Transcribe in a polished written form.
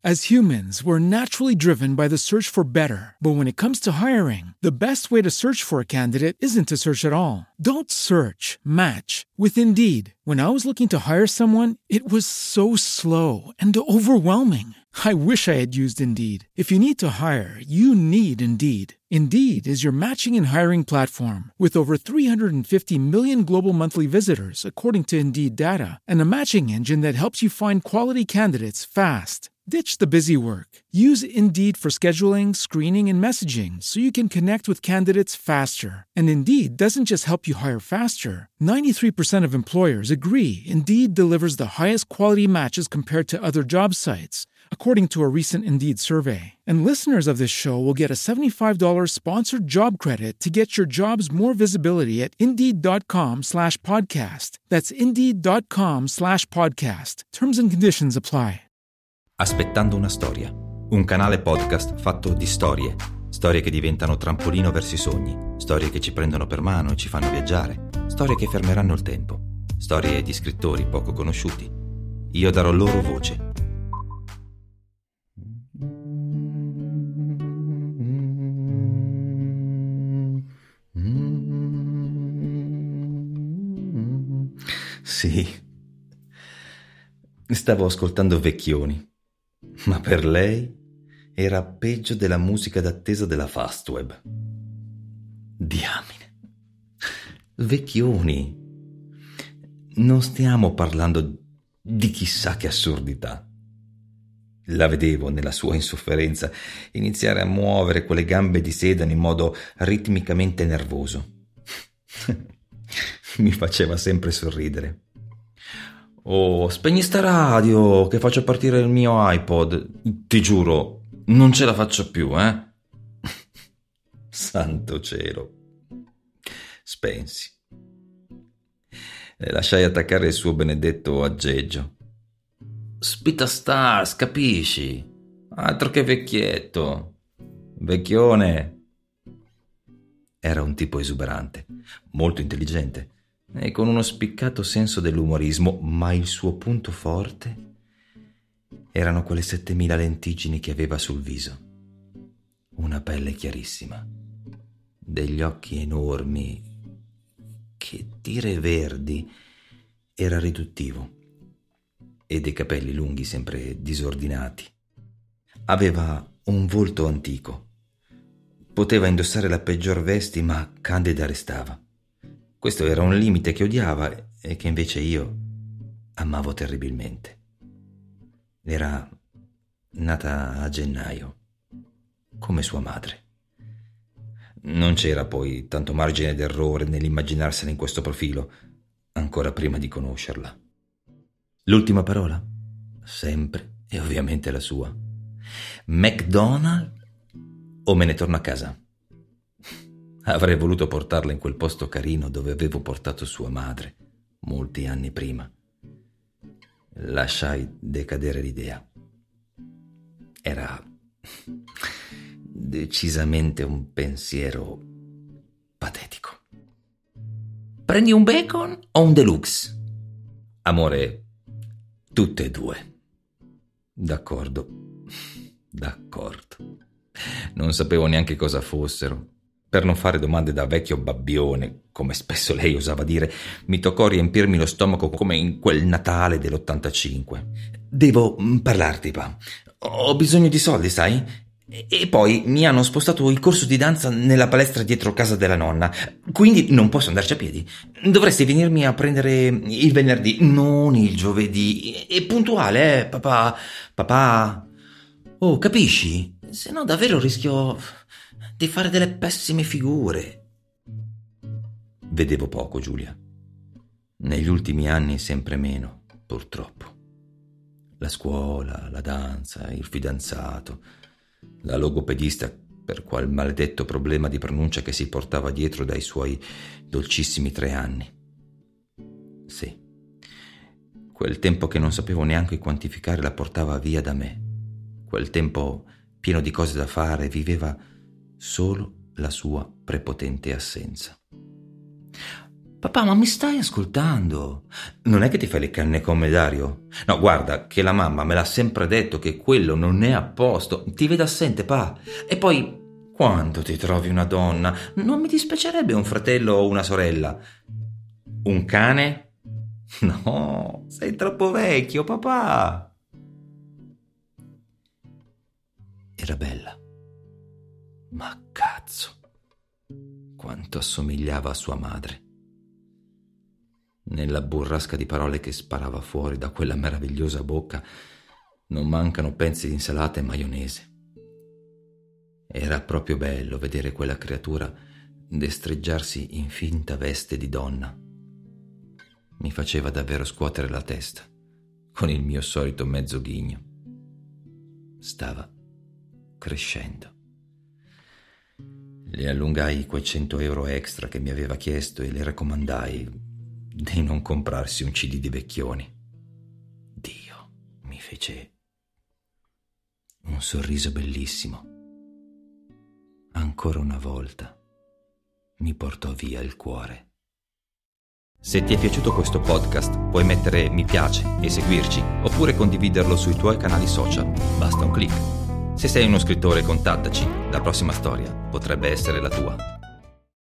As humans, we're naturally driven by the search for better. But when it comes to hiring, the best way to search for a candidate isn't to search at all. Don't search, match with Indeed. When I was looking to hire someone, it was so slow and overwhelming. I wish I had used Indeed. If you need to hire, you need Indeed. Indeed is your matching and hiring platform with over 350 million global monthly visitors, according to Indeed data, and a matching engine that helps you find quality candidates fast. Ditch the busy work. Use Indeed for scheduling, screening, and messaging so you can connect with candidates faster. And Indeed doesn't just help you hire faster. 93% of employers agree Indeed delivers the highest quality matches compared to other job sites, according to a recent Indeed survey. And listeners of this show will get a $75 sponsored job credit to get your jobs more visibility at Indeed.com/podcast. That's Indeed.com/podcast. Terms and conditions apply. Aspettando una storia, un canale podcast fatto di storie che diventano trampolino verso i sogni, storie che ci prendono per mano e ci fanno viaggiare, storie che fermeranno il tempo, storie di scrittori poco conosciuti. Io darò loro voce. Sì, stavo ascoltando Vecchioni. Ma per lei era peggio della musica d'attesa della Fastweb. Diamine. Vecchioni. Non stiamo parlando di chissà che assurdità. La vedevo nella sua insofferenza iniziare a muovere quelle gambe di sedano in modo ritmicamente nervoso. Mi faceva sempre sorridere. Oh, spegni sta radio che faccio partire il mio iPod. Ti giuro, non ce la faccio più, eh? Santo cielo. Spensi. Le lasciai attaccare il suo benedetto aggeggio. Spita Stars, capisci? Altro che vecchietto. Vecchione. Era un tipo esuberante, molto intelligente e con uno spiccato senso dell'umorismo, ma il suo punto forte erano quelle 7000 lentiggini che aveva sul viso, una pelle chiarissima, degli occhi enormi che dire verdi era riduttivo e dei capelli lunghi sempre disordinati. Aveva un volto antico, poteva indossare la peggior vesti ma candida restava. Questo era un limite che odiava e che invece io amavo terribilmente. Era nata a gennaio, come sua madre. Non c'era poi tanto margine d'errore nell'immaginarsela in questo profilo, ancora prima di conoscerla. L'ultima parola? Sempre e ovviamente la sua. McDonald's o me ne torno a casa? Avrei voluto portarla in quel posto carino dove avevo portato sua madre molti anni prima. Lasciai decadere l'idea. Era decisamente un pensiero patetico. Prendi un bacon o un deluxe? Amore, tutte e due. D'accordo. Non sapevo neanche cosa fossero. Per non fare domande da vecchio babbione, come spesso lei osava dire, mi toccò riempirmi lo stomaco come in quel Natale dell'85. Devo parlarti, pa. Ho bisogno di soldi, sai? E poi mi hanno spostato il corso di danza nella palestra dietro casa della nonna, quindi non posso andarci a piedi. Dovresti venirmi a prendere il venerdì, non il giovedì. E puntuale, papà? Papà? Oh, capisci? Se no davvero rischio di fare delle pessime figure. Vedevo poco, Giulia. Negli ultimi anni sempre meno, purtroppo. La scuola, la danza, il fidanzato, la logopedista per qual maledetto problema di pronuncia che si portava dietro dai suoi dolcissimi 3 anni. Sì, quel tempo che non sapevo neanche quantificare la portava via da me. Quel tempo pieno di cose da fare viveva solo la sua prepotente assenza. Papà, ma mi stai ascoltando? Non è che ti fai le canne come Dario? No, guarda, che la mamma me l'ha sempre detto che quello non è a posto. Ti vedo assente, pa. E poi, quando ti trovi una donna, non mi dispiacerebbe un fratello o una sorella. Un cane? No, sei troppo vecchio, papà. Era bella. Ma cazzo, quanto assomigliava a sua madre. Nella burrasca di parole che sparava fuori da quella meravigliosa bocca non mancano pezzi di insalata e maionese. Era proprio bello vedere quella creatura destreggiarsi in finta veste di donna. Mi faceva davvero scuotere la testa, con il mio solito mezzo ghigno. Stava crescendo. Le allungai quei 100 euro extra che mi aveva chiesto e le raccomandai di non comprarsi un CD di Vecchioni. Dio, mi fece un sorriso bellissimo. Ancora una volta mi portò via il cuore. Se ti è piaciuto questo podcast, puoi mettere mi piace e seguirci, oppure condividerlo sui tuoi canali social. Basta un click. Se sei uno scrittore, contattaci. La prossima storia potrebbe essere la tua.